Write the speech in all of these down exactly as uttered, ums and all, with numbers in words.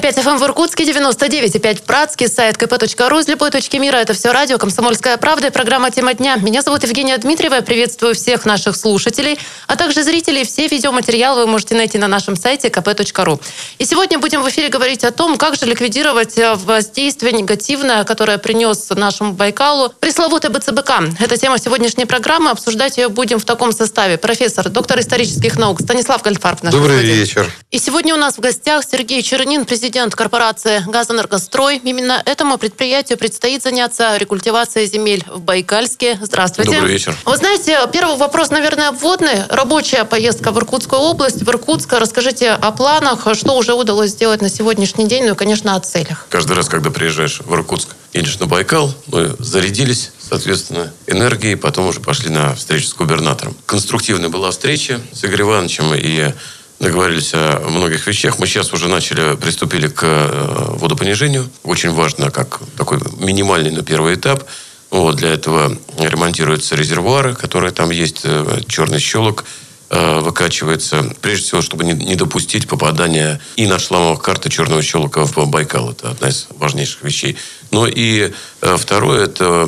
пять эф эм в Иркутске, девяносто девять и пять в Братске, сайт ка пэ точка ру, с любой точки мира. Это все радио «Комсомольская правда» и программа «Тема дня». Меня зовут Евгения Дмитриева. Я приветствую всех наших слушателей, а также зрителей. Все видеоматериалы вы можете найти на нашем сайте ка пэ точка ру. И сегодня будем в эфире говорить о том, как же ликвидировать воздействие негативное, которое принес нашему Байкалу пресловутый бэ цэ бэ ка. Это тема сегодняшней программы. Обсуждать ее будем в таком составе. Профессор, доктор исторических наук Станислав Гольфарб. Добрый вечер. И сегодня у нас в гостях Сергей Чернин, президент корпорации «Газэнергострой». Именно этому предприятию предстоит заняться рекультивацией земель в Байкальске. Здравствуйте. Добрый вечер. Вы знаете, первый вопрос, наверное, обводный. Рабочая поездка в Иркутскую область, в Иркутск. Расскажите о планах, что уже удалось сделать на сегодняшний день, ну и, конечно, о целях. Каждый раз, когда приезжаешь в Иркутск, едешь на Байкал, мы зарядились, соответственно, энергией, потом уже пошли на встречу с губернатором. Конструктивная была встреча с Игорем Ивановичем, и договорились о многих вещах. Мы сейчас уже начали, приступили к водопонижению. Очень важно, как такой минимальный, но первый этап. Вот, для этого ремонтируются резервуары, которые там есть, черный щелок выкачивается. Прежде всего, чтобы не допустить попадания и на шламовых карты черного щелока в Байкал. Это одна из важнейших вещей. Но и второе, это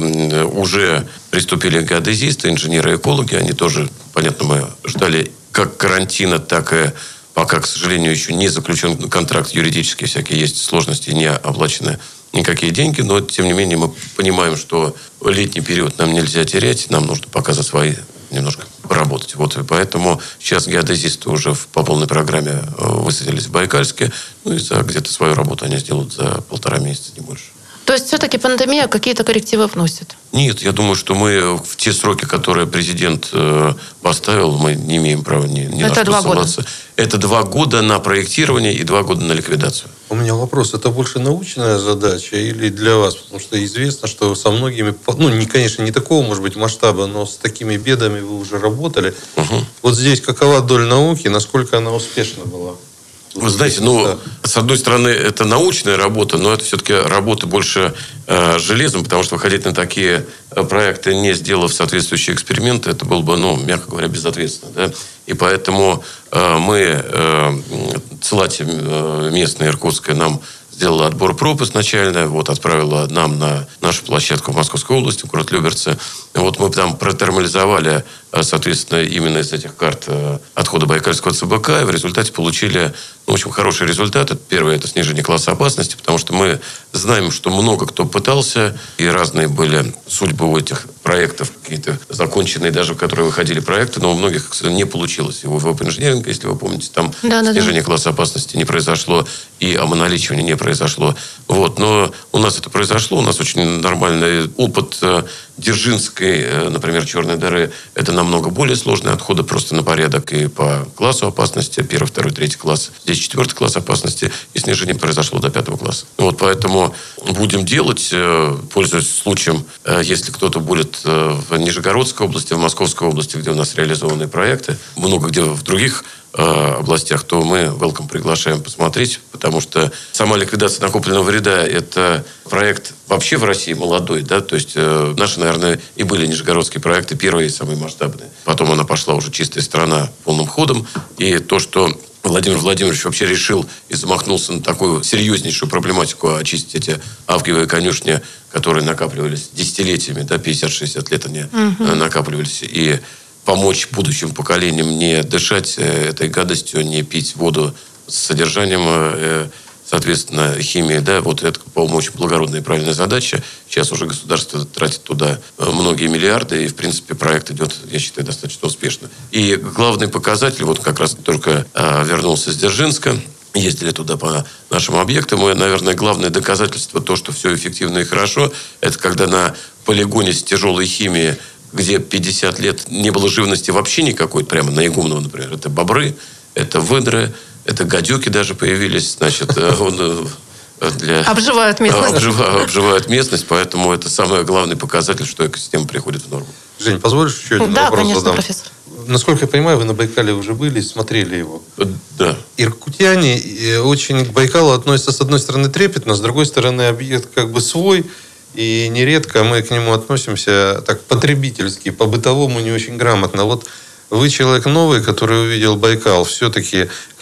уже приступили геодезисты, инженеры-экологи. Они тоже, понятно, мы ждали как карантина, так и пока, к сожалению, еще не заключен контракт юридический, всякие есть сложности, не оплачены никакие деньги, но, тем не менее, мы понимаем, что летний период нам нельзя терять, нам нужно пока за свои немножко поработать. Вот, и поэтому сейчас геодезисты уже по полной программе высадились в Байкальске, ну и за где-то свою работу они сделают за полтора месяца, не больше. То есть все-таки пандемия какие-то коррективы вносит? Нет, я думаю, что мы в те сроки, которые президент э, поставил, мы не имеем права ни, ни на что ссылаться. Это два года на проектирование и два года на ликвидацию. У меня вопрос. Это больше научная задача или для вас? Потому что известно, что со многими, ну, не, конечно, не такого, может быть, масштаба, но с такими бедами вы уже работали. Угу. Вот здесь какова доля науки, насколько она успешна была? Вы знаете, ну, да. С одной стороны, это научная работа, но это все-таки работа больше э, железом, потому что выходить на такие проекты, не сделав соответствующие эксперименты, это было бы, ну, мягко говоря, безответственно. Да? И поэтому э, мы, э, ЦЛАТИ э, местная, иркутская, нам сделала отбор проб изначально, вот, отправила нам на нашу площадку в Московской области, в город Люберцы. Вот мы там протермализовали, соответственно, именно из этих карт отхода Байкальского цэ бэ ка, и в результате получили, ну, очень хороший результат. Это, первое, это снижение класса опасности, потому что мы знаем, что много кто пытался, и разные были судьбы у этих проектов, какие-то законченные, даже в которые выходили проекты, но у многих не получилось. И у веб-инженеринга, если вы помните, там да, снижение да, да. класса опасности не произошло, и омоналичивание не произошло. Вот. Но у нас это произошло, у нас очень нормальный опыт Дзержинской, например, черной дыры. Это намного более сложные отходы просто на порядок и по классу опасности. Первый, второй, третий класс. Здесь четвертый класс опасности. И снижение произошло до пятого класса. Вот поэтому будем делать, пользуясь случаем, если кто-то будет в Нижегородской области, в Московской области, где у нас реализованы проекты, много где в других областях, то мы welcome приглашаем посмотреть, потому что сама ликвидация накопленного вреда – это проект вообще в России молодой, да, то есть э, наши, наверное, и были нижегородские проекты, первые и самые масштабные. Потом она пошла уже чистая страна полным ходом, и то, что Владимир Владимирович вообще решил и замахнулся на такую серьезнейшую проблематику очистить эти авгиевые конюшни, которые накапливались десятилетиями, да, пятьдесят-шестьдесят лет они угу. накапливались, и помочь будущим поколениям не дышать этой гадостью, не пить воду с содержанием, соответственно, химии. Да, вот это, по-моему, очень благородная и правильная задача. Сейчас уже государство тратит туда многие миллиарды, и, в принципе, проект идет, я считаю, достаточно успешно. И главный показатель, вот как раз только вернулся с Дзержинска, ездили туда по нашим объектам, и, наверное, главное доказательство, то, что все эффективно и хорошо, это когда на полигоне с тяжелой химией, где пятьдесят лет не было живности вообще никакой, прямо на Игумного, например. Это бобры, это выдры, это гадюки даже появились. Значит, он для... Обживают местность. Обживают, обживают местность, поэтому это самый главный показатель, что экосистема приходит в норму. Жень, позволишь еще один да, вопрос конечно, задам? Профессор. Насколько я понимаю, вы на Байкале уже были, смотрели его. Да. Иркутяне очень к Байкалу относятся, с одной стороны, трепетно, с другой стороны, объект как бы свой. И нередко мы к нему относимся так потребительски, по-бытовому не очень грамотно. Вот вы человек новый, который увидел Байкал. Все-таки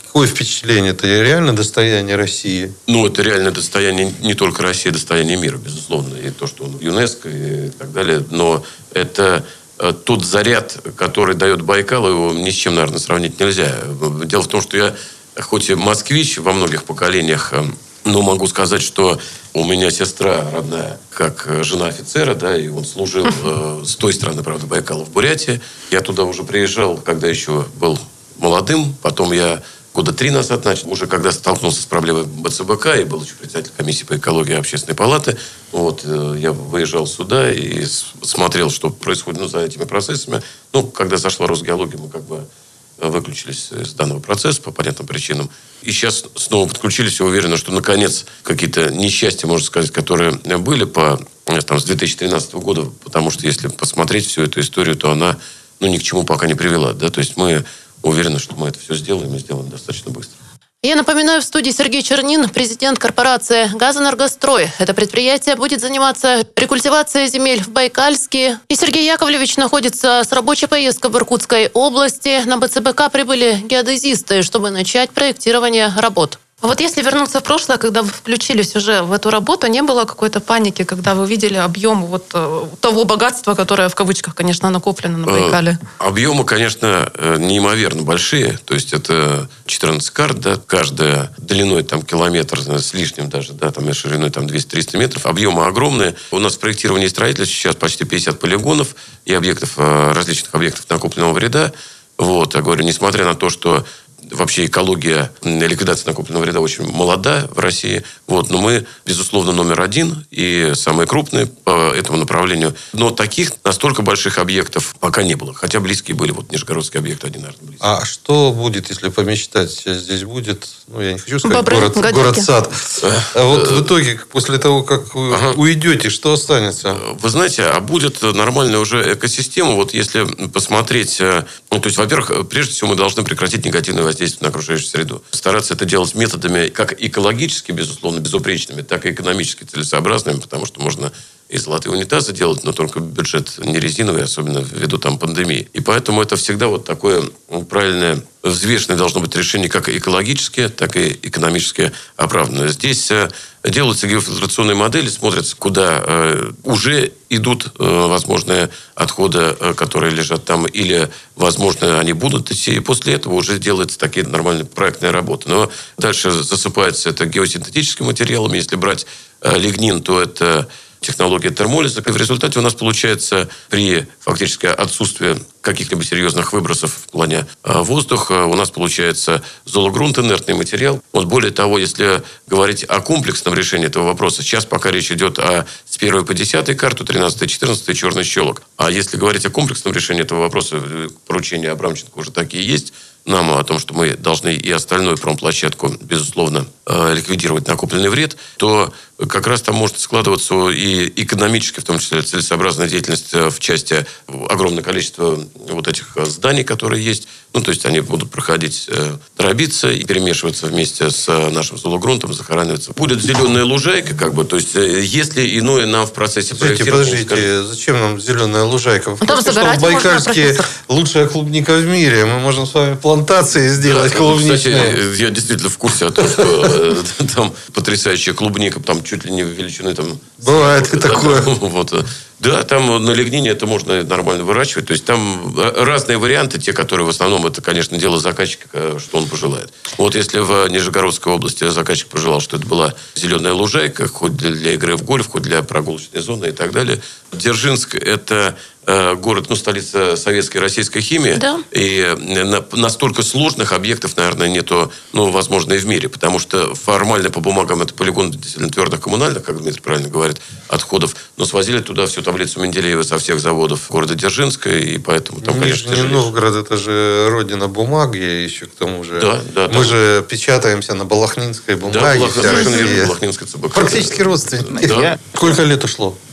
Какое впечатление? Это реально достояние России? Ну, это реально достояние не только России, а достояние мира, безусловно. И то, что он в ЮНЕСКО и так далее. Но это тот заряд, который дает Байкал, его ни с чем, наверное, сравнить нельзя. Дело в том, что я, хоть и москвич во многих поколениях, но могу сказать, что у меня сестра родная, как жена офицера, да, и он служил э, с той стороны, правда, Байкала, в Бурятии. Я туда уже приезжал, когда еще был молодым. Потом я года три назад начал, уже когда столкнулся с проблемой БЦБК и был еще председатель комиссии по экологии Общественной палаты. Вот, э, я выезжал сюда и смотрел, что происходит, ну, за этими процессами. Ну, когда зашла Росгеология, мы как бы выключились из данного процесса по понятным причинам. И сейчас снова подключились, и уверены, что наконец какие-то несчастья, можно сказать, которые были по, там, с две тысячи тринадцатого года, потому что если посмотреть всю эту историю, то она, ну, ни к чему пока не привела. Да? То есть мы уверены, что мы это все сделаем, и сделаем достаточно быстро. Я напоминаю, в студии Сергей Чернин, президент корпорации «Газэнергострой». Это предприятие будет заниматься рекультивацией земель в Байкальске. И Сергей Яковлевич находится с рабочей поездкой в Иркутской области. На БЦБК прибыли геодезисты, чтобы начать проектирование работ. Вот если вернуться в прошлое, когда вы включились уже в эту работу, не было какой-то паники, когда вы видели объем вот того богатства, которое в кавычках, конечно, накоплено на Байкале? Объемы, конечно, неимоверно большие. То есть это четырнадцать карт, да, каждая длиной там километр с лишним даже, да, там и шириной там двести-триста метров. Объемы огромные. У нас в проектировании и строительстве сейчас почти пятьдесят полигонов и объектов, различных объектов накопленного вреда. Вот, я говорю, несмотря на то, что вообще экология, ликвидация накопленного вреда очень молода в России. Вот, но мы, безусловно, номер один и самые крупные по этому направлению. Но таких настолько больших объектов пока не было. Хотя близкие были. Вот Нижегородский объект один, наверное, близкий. А что будет, если помечтать? Здесь будет, ну, я не хочу сказать, Бобры, город, город-сад. А вот в итоге, после того, как вы ага. уйдете, что останется? Вы знаете, а будет нормальная уже экосистема. Вот если посмотреть... Ну, то есть, во-первых, прежде всего мы должны прекратить негативное воздействие на окружающую среду. Стараться это делать методами как экологически, безусловно, безупречными, так и экономически целесообразными, потому что можно и золотые унитазы делать, но только бюджет не резиновый, особенно ввиду там пандемии. И поэтому это всегда вот такое правильное, взвешенное должно быть решение как экологически, так и экономически оправданное. Здесь делаются геофильтрационные модели, смотрятся, куда э, уже идут э, возможные отходы, э, которые лежат там, или, возможно, они будут идти. И после этого уже делаются такие нормальные проектные работы. Но дальше засыпается это геосинтетическим материалом. Если брать э, лигнин, то это технология термолиза. И в результате у нас получается при фактически отсутствии каких-либо серьезных выбросов в плане воздуха, у нас получается зоологрунт, инертный материал. Вот более того, если говорить о комплексном решении этого вопроса, сейчас пока речь идет о с первой по десятой карту, тринадцатой, четырнадцатой черный щелок. А если говорить о комплексном решении этого вопроса, поручения Абрамченко уже такие есть, нам о том, что мы должны и остальную промплощадку, безусловно, ликвидировать накопленный вред, то как раз там может складываться и экономически, в том числе целесообразная деятельность в части огромного количества вот этих зданий, которые есть. Ну, то есть они будут проходить, дробиться и перемешиваться вместе с нашим зоологрунтом, захораниваться. Будет зеленая лужайка, как бы, то есть если иное нам в процессе проектирования... Подождите, подождите, зачем нам зеленая лужайка? Ну, там что в Байкальске лучшая клубника в мире. Мы можем с вами плантации сделать, да, клубничные. Кстати, я действительно в курсе о том, что там потрясающая клубника, там чуть ли не величины там... Бывает и такое. Вот. Да, там на лигнине это можно нормально выращивать. То есть там разные варианты. Те, которые в основном, это, конечно, дело заказчика, что он пожелает. Вот если в Нижегородской области заказчик пожелал, что это была зеленая лужайка, хоть для игры в гольф, хоть для прогулочной зоны и так далее. Дзержинск – это город, ну, столица советской и российской химии. Да. И настолько сложных объектов, наверное, нету, ну, возможно, и в мире. Потому что формально по бумагам это полигон действительно твердых коммунальных, как Дмитрий правильно говорит, отходов. Но свозили туда всю таблицу Менделеева со всех заводов города Дзержинска. И поэтому там, конечно, Нижний Новгород – это же родина бумаги еще к тому же. Да, да, Мы там... же печатаемся на балахнинской бумаге. Да, Балахнинская ЦБК. Практически родственники. Да. Сколько лет ушло?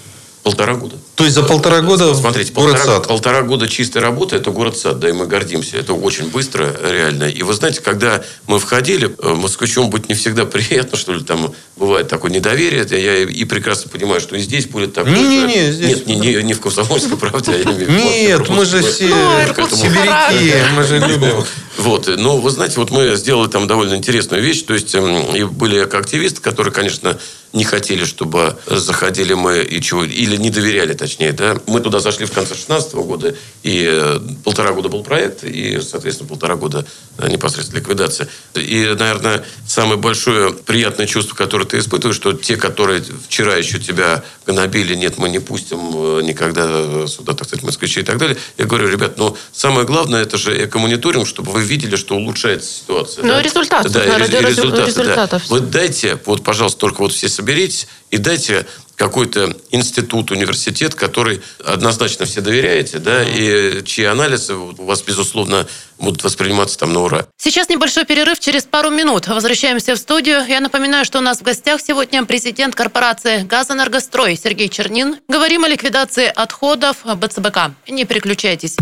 Полтора года. То есть за полтора года Смотрите, город полтора, Сад. полтора года чистой работы – это город-сад, да, и мы гордимся. Это очень быстро, реально. И вы знаете, когда мы входили, москвичам быть не всегда приятно, что ли, там бывает такое недоверие. Я и прекрасно понимаю, что и здесь будет такое. Не-не-не, здесь... Нет, не, не, не в «Комсомольской правде», а я имею в виду. Нет, мы же все сибиряки, мы же любим. Вот, но вы знаете, вот мы сделали там довольно интересную вещь, то есть и были экоактивисты, которые, конечно, не хотели, чтобы заходили мы и чего, или не доверяли, точнее, да. Мы туда зашли в конце шестнадцатого года, и полтора года был проект, и, соответственно, полтора года непосредственно ликвидация. И, наверное, самое большое приятное чувство, которое ты испытываешь, что те, которые вчера еще тебя гнобили, нет, мы не пустим никогда сюда, так сказать, москвичей и так далее. Я говорю, ребят, ну, самое главное, это же эко-мониторинг, чтобы вы видели, что улучшается ситуация. Ну, да? результат. Да, ради и результаты, результатов. Да. Вы дайте, вот, пожалуйста, только вот все соберитесь и дайте какой-то институт, университет, который однозначно все доверяете, да, и чьи анализы у вас, безусловно, будут восприниматься там на ура. Сейчас небольшой перерыв, через пару минут возвращаемся в студию. Я напоминаю, что у нас в гостях сегодня президент корпорации «Газэнергострой» Сергей Чернин. Говорим о ликвидации отходов БЦБК. Не переключайтесь.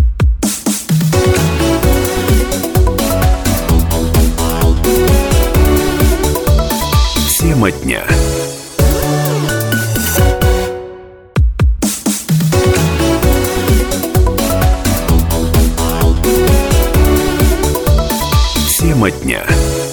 Тема дня. Тема дня.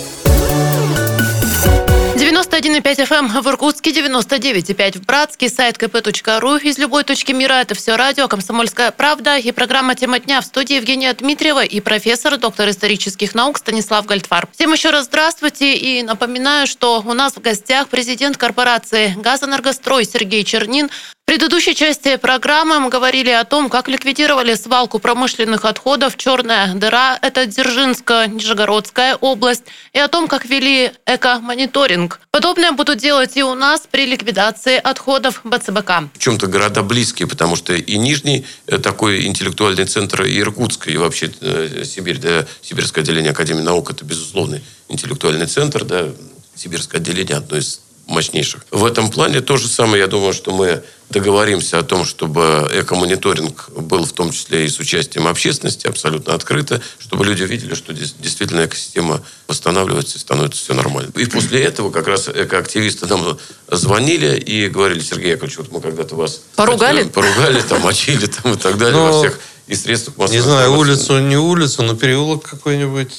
девяносто один и пять эф эм в Иркутске, девяносто девять и пять в Братске, сайт ка пэ точка ру. Из любой точки мира это все радио «Комсомольская правда» и программа «Тема дня». В студии Евгения Дмитриева и профессор, доктор исторических наук Станислав Гольдфарб. Всем еще раз здравствуйте, и напоминаю, что у нас в гостях президент корпорации «Газэнергострой» Сергей Чернин. В предыдущей части программы мы говорили о том, как ликвидировали свалку промышленных отходов «Черная дыра», это Дзержинская, Нижегородская область, и о том, как вели эко-мониторинг. Подобное будут делать и у нас при ликвидации отходов БЦБК. В чем-то города близкие, потому что и Нижний такой интеллектуальный центр, и Иркутск, и вообще Сибирь, да, Сибирское отделение Академии наук, это безусловный интеллектуальный центр, да, Сибирское отделение одно из мощнейших. В этом плане то же самое, я думаю, что мы договоримся о том, чтобы эко-мониторинг был в том числе и с участием общественности, абсолютно открыто, чтобы люди видели, что действительно экосистема восстанавливается и становится все нормально. И после этого как раз экоактивисты нам звонили и говорили: Сергей Яковлевич, вот мы когда-то вас поругали, поругали там, мочили там, и так далее, но, во всех и средствах массовой не знаю, информации. улицу, не улицу, но переулок какой-нибудь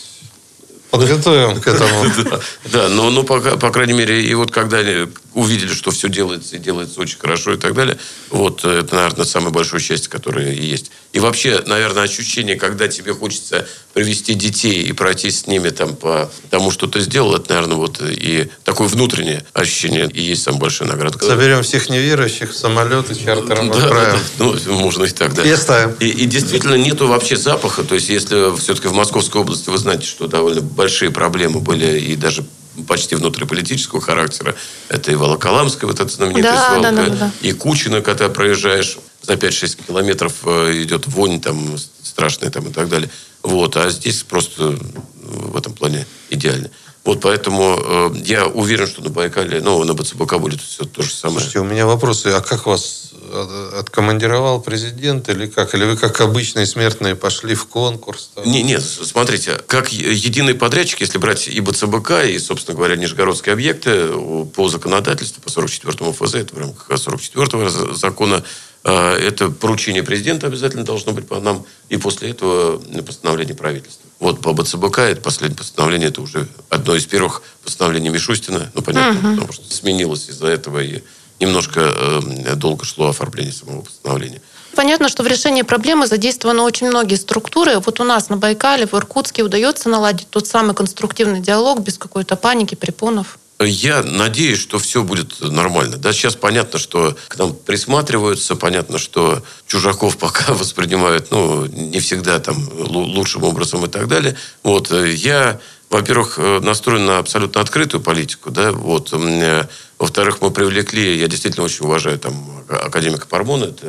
подготовим к этому. Да, да, но, но по, по крайней мере, и вот когда они увидели, что все делается, и делается очень хорошо и так далее, вот это, наверное, самое большое счастье, которое и есть. И вообще, наверное, ощущение, когда тебе хочется привести детей и пройтись с ними там по тому, что ты сделал, это, наверное, вот и такое внутреннее ощущение и есть самая большая награда. Соберем всех неверующих в самолеты, чартером да, отправим. Да, да. Ну, можно и так, да. И оставим. И, и действительно нету вообще запаха. То есть, если все-таки в Московской области, вы знаете, что довольно большие проблемы были и даже почти внутриполитического характера. Это и Волоколамская, вот эта знаменитая да, свалка, да, да, да. и Кучино, когда проезжаешь, за пять-шесть километров идет вонь там страшная там, и так далее. Вот. А здесь просто в этом плане идеально. Вот поэтому э, я уверен, что на Байкале, ну, на БЦБК будет все то же самое. Слушайте, у меня вопросы. А как вас откомандировал президент? Или как? Или вы, как обычные смертные, пошли в конкурс? Там? Не, нет, смотрите, как единый подрядчик, если брать и БЦБК, и, собственно говоря, нижегородские объекты по законодательству, по сорок четвёртому эф зэ, это в рамках сорок четвёртого закона, это поручение президента обязательно должно быть по нам, и после этого постановление правительства. Вот по БЦБК это последнее постановление, это уже одно из первых постановлений Мишустина, ну, понятно, uh-huh. потому что сменилось из-за этого, и немножко э, долго шло оформление самого постановления. Понятно, что в решении проблемы задействованы очень многие структуры. Вот у нас на Байкале, в Иркутске удается наладить тот самый конструктивный диалог без какой-то паники, препонов? Я надеюсь, что все будет нормально. Да, сейчас понятно, что к нам присматриваются, понятно, что чужаков пока воспринимают, ну, не всегда там лучшим образом и так далее. Вот, я, во-первых, настроен на абсолютно открытую политику, да, вот. Во-вторых, мы привлекли, я действительно очень уважаю там академика Пармона, это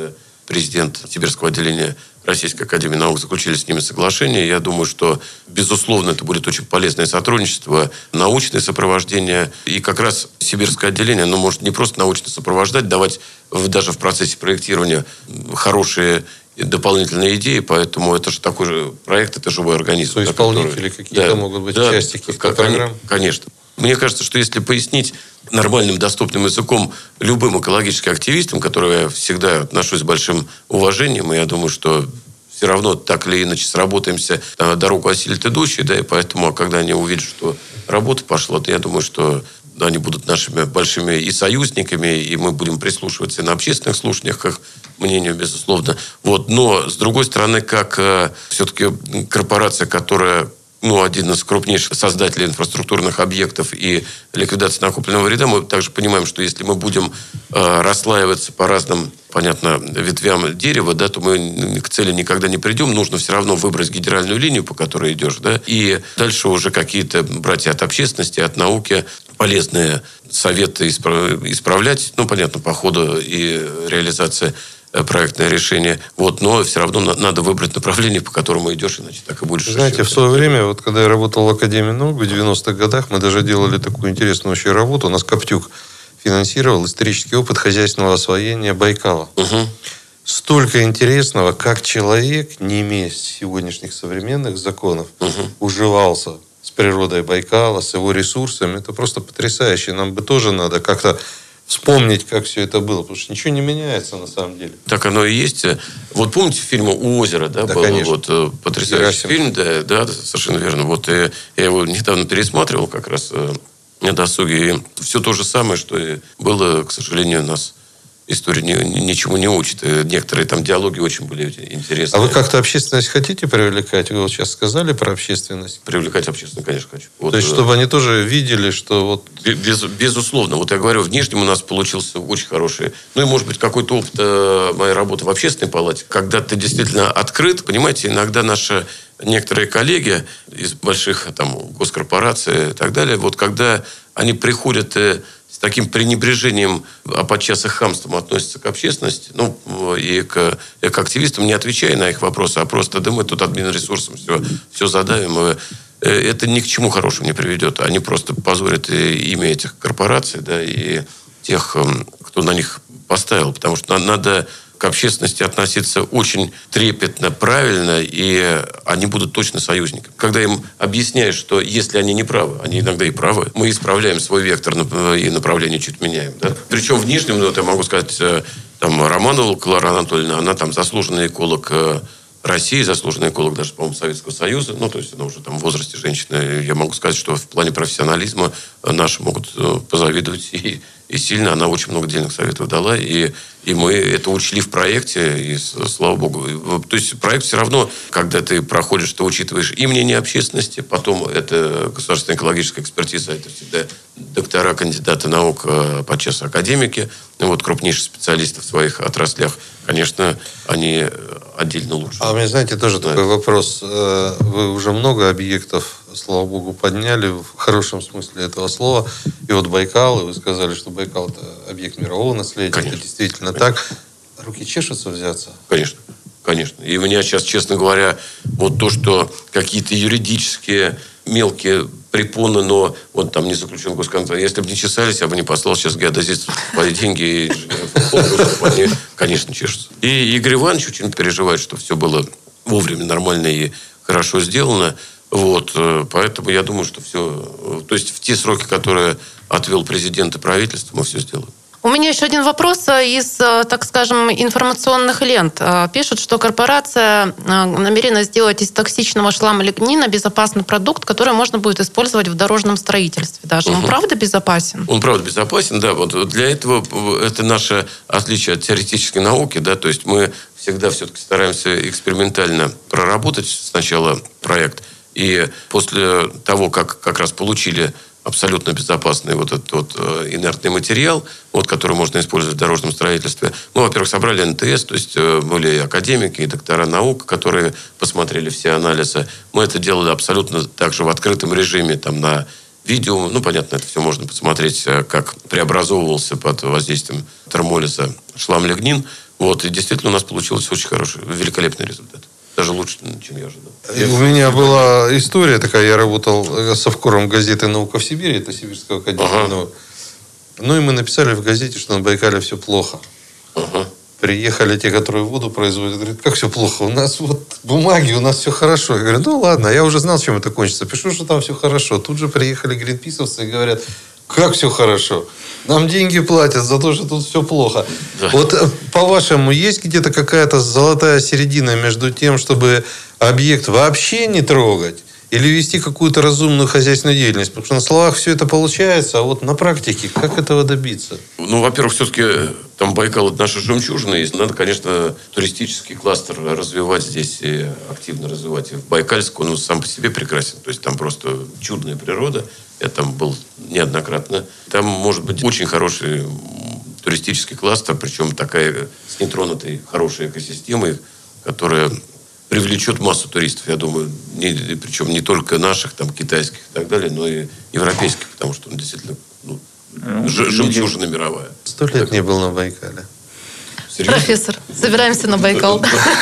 президент Сибирского отделения Российской академии наук, заключили с ними соглашение. Я думаю, что, безусловно, это будет очень полезное сотрудничество, научное сопровождение. И как раз Сибирское отделение, оно может не просто научно сопровождать, давать в, даже в процессе проектирования хорошие дополнительные идеи, поэтому это же такой же проект, это живой организм. То исполнители да, какие-то да, могут быть, да, части каких-то программ? Конечно. Мне кажется, что если пояснить нормальным, доступным языком любым экологическим активистам, к которым я всегда отношусь с большим уважением, и я думаю, что все равно так или иначе сработаемся, дорогу осилит идущий, да, и поэтому, когда они увидят, что работа пошла, то я думаю, что да, они будут нашими большими и союзниками, и мы будем прислушиваться и на общественных слушаниях к их мнению, безусловно. Вот. Но, с другой стороны, как э, все-таки корпорация, которая ну, один из крупнейших создателей инфраструктурных объектов и ликвидации накопленного вреда, мы также понимаем, что если мы будем э, расслаиваться по разным, понятно, ветвям дерева, да, то мы к цели никогда не придем. Нужно все равно выбрать генеральную линию, по которой идешь, да, и дальше уже какие-то брать от общественности, от науки полезные советы исправлять. Ну, понятно, по ходу и реализации проектное решение. Вот, но все равно надо выбрать направление, по которому идешь, иначе так и будешь. Знаете, в свое время, вот когда я работал в Академии наук в девяностых годах, мы даже делали такую интересную вообще работу. У нас Коптюк финансировал исторический опыт хозяйственного освоения Байкала. Угу. Столько интересного, как человек, не имея сегодняшних современных законов, угу. уживался с природой Байкала, с его ресурсами. Это просто потрясающе. Нам бы тоже надо как-то вспомнить, как все это было, потому что ничего не меняется на самом деле. Так оно и есть. Вот помните фильм «У озера», да, да был конечно. Вот потрясающий фильм, да, да, совершенно верно. Вот я его недавно пересматривал как раз на досуге, и все то же самое, что и было, к сожалению, у нас история ни, ничему не учит. Некоторые там диалоги очень были интересные. А вы как-то общественность хотите привлекать? Вы вот сейчас сказали про общественность. Привлекать общественность, конечно, хочу. Вот, то есть, чтобы они тоже видели, что вот... Без, безусловно. Вот я говорю, в Нижнем у нас получился очень хороший... Ну и, может быть, какой-то опыт э, моей работы в общественной палате. Когда ты действительно открыт, понимаете, иногда наши некоторые коллеги из больших там госкорпораций и так далее, вот когда они приходят... Э, с таким пренебрежением, а подчас и хамством относятся к общественности, ну, и к, и к активистам, не отвечая на их вопросы, а просто, да мы тут админресурсом все, все задавим. Это ни к чему хорошему не приведет. Они просто позорят имя этих корпораций, да, и тех, кто на них поставил. Потому что надо к общественности относиться очень трепетно, правильно, и они будут точно союзниками. Когда им объясняешь, что если они не правы, они иногда и правы, мы исправляем свой вектор и направление чуть меняем. Да? Причем в Нижнем, ну, вот я могу сказать, там Романова Клара Анатольевна, она там заслуженный эколог России, заслуженный эколог даже, по-моему, Советского Союза. Ну, то есть она уже там в возрасте женщины. Я могу сказать, что в плане профессионализма наши могут позавидовать и И сильно она очень много дельных советов дала. И, и мы это учли в проекте. И слава богу. То есть проект все равно, когда ты проходишь, ты учитываешь и мнение общественности, потом это государственная экологическая экспертиза, это всегда доктора, кандидаты наук, подчас академики, вот крупнейшие специалисты в своих отраслях. Конечно, они отдельно лучше. А у меня, знаете, тоже знают. Такой вопрос. Вы уже много объектов, слава богу, подняли в хорошем смысле этого слова. И вот Байкал, и вы сказали, что Байкал – это объект мирового наследия. Конечно. Это действительно Конечно. Так. Руки чешутся взяться? Конечно. Конечно. И у меня сейчас, честно говоря, вот то, что какие-то юридические мелкие препоны, но вот там не заключен госконтракт. Если бы не чесались, я бы не послал сейчас геодезистов по деньги, и они, конечно, чешутся. И Игорь Иванович очень переживает, что все было вовремя, нормально и хорошо сделано. Вот, поэтому я думаю, что все... То есть в те сроки, которые отвел президент и правительство, мы все сделаем. У меня еще один вопрос из, так скажем, информационных лент. Пишут, что корпорация намерена сделать из токсичного шлама лигнина безопасный продукт, который можно будет использовать в дорожном строительстве даже. Он угу. правда безопасен? Он правда безопасен, да. Вот для этого это наше отличие от теоретической науки, да, то есть мы всегда все-таки стараемся экспериментально проработать сначала проект, и после того, как как раз получили абсолютно безопасный вот этот вот инертный материал, вот, который можно использовать в дорожном строительстве. Мы, во-первых, собрали эн тэ эс, то есть были академики и доктора наук, которые посмотрели все анализы. Мы это делали абсолютно также в открытом режиме, там, на видео. Ну, понятно, это все можно посмотреть, как преобразовывался под воздействием термолиза шлам-лигнин. Вот, и действительно у нас получился очень хороший, великолепный результат. Даже лучше, чем я ожидал. И у меня была история такая. Я работал совкором газеты «Наука в Сибири». Это Сибирского академии. Ага. Ну, и мы написали в газете, что на Байкале все плохо. Ага. Приехали те, которые воду производят. Говорят, как все плохо? У нас вот бумаги, у нас все хорошо. Я говорю, ну ладно, я уже знал, чем это кончится. Пишу, что там все хорошо. Тут же приехали гринписовцы и говорят, как все хорошо? Нам деньги платят за то, что тут все плохо. Да. Вот по-вашему, есть где-то какая-то золотая середина между тем, чтобы объект вообще не трогать или вести какую-то разумную хозяйственную деятельность? Потому что на словах все это получается, а вот на практике как этого добиться? Ну, во-первых, все-таки там Байкал — это наша жемчужина. И надо, конечно, туристический кластер развивать здесь, и активно развивать. И в Байкальск он сам по себе прекрасен. То есть там просто чудная природа. Я там был неоднократно. Там может быть очень хороший туристический кластер, причем такая с нетронутой хорошей экосистемой, которая привлечет массу туристов, я думаю, не, причем не только наших, там, китайских и так далее, но и европейских, потому что он действительно ну, ж, жемчужина мировая. Сто лет так. не был на Байкале. Серьезно? Профессор, собираемся на Байкал.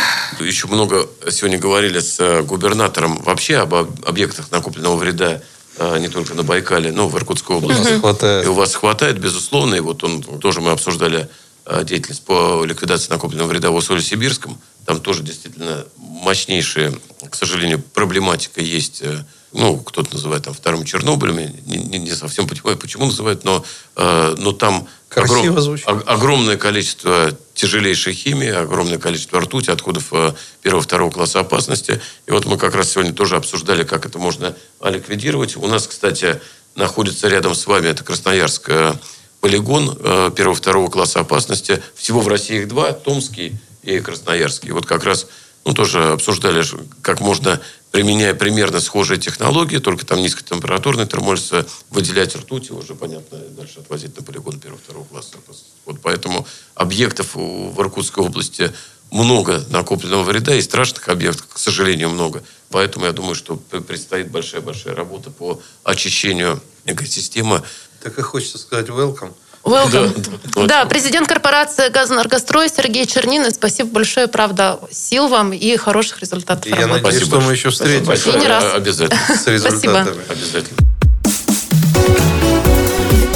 Еще много сегодня говорили с губернатором вообще об объектах накопленного вреда, не только на Байкале, но в Иркутской области. Хватает. И у вас хватает, безусловно. И вот он тоже мы обсуждали деятельность по ликвидации накопленного вреда в Усолье-Сибирском. Там тоже действительно мощнейшая, к сожалению, проблематика есть. Ну, кто-то называет там вторым Чернобылем. Я не, не, не совсем понимаю, почему называют, но, э, но там огром, о, огромное количество тяжелейшей химии, огромное количество ртути, отходов э, первого-второго класса опасности. И вот мы как раз сегодня тоже обсуждали, как это можно ликвидировать. У нас, кстати, находится рядом с вами, это Красноярск, э, полигон э, первого-второго класса опасности. Всего в России их два, Томский и Красноярский. Вот как раз ну, тоже обсуждали, как можно, применяя примерно схожие технологии, только там низкотемпературный термолиз, выделять ртуть, его уже, понятно, дальше отвозить на полигон первого-второго класса. Вот поэтому объектов в Иркутской области много накопленного вреда, и страшных объектов, к сожалению, много. Поэтому я думаю, что предстоит большая-большая работа по очищению экосистемы. Так и хочется сказать welcome. Welcome. Да, да, президент корпорации «Газэнергострой» Сергей Чернин. Спасибо большое, правда, сил вам и хороших результатов. И я надеюсь, Спасибо что мы еще встретимся. И не раз. Обязательно. С результатами. Спасибо. Обязательно.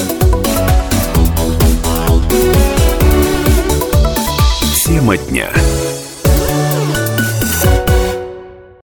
Тема дня.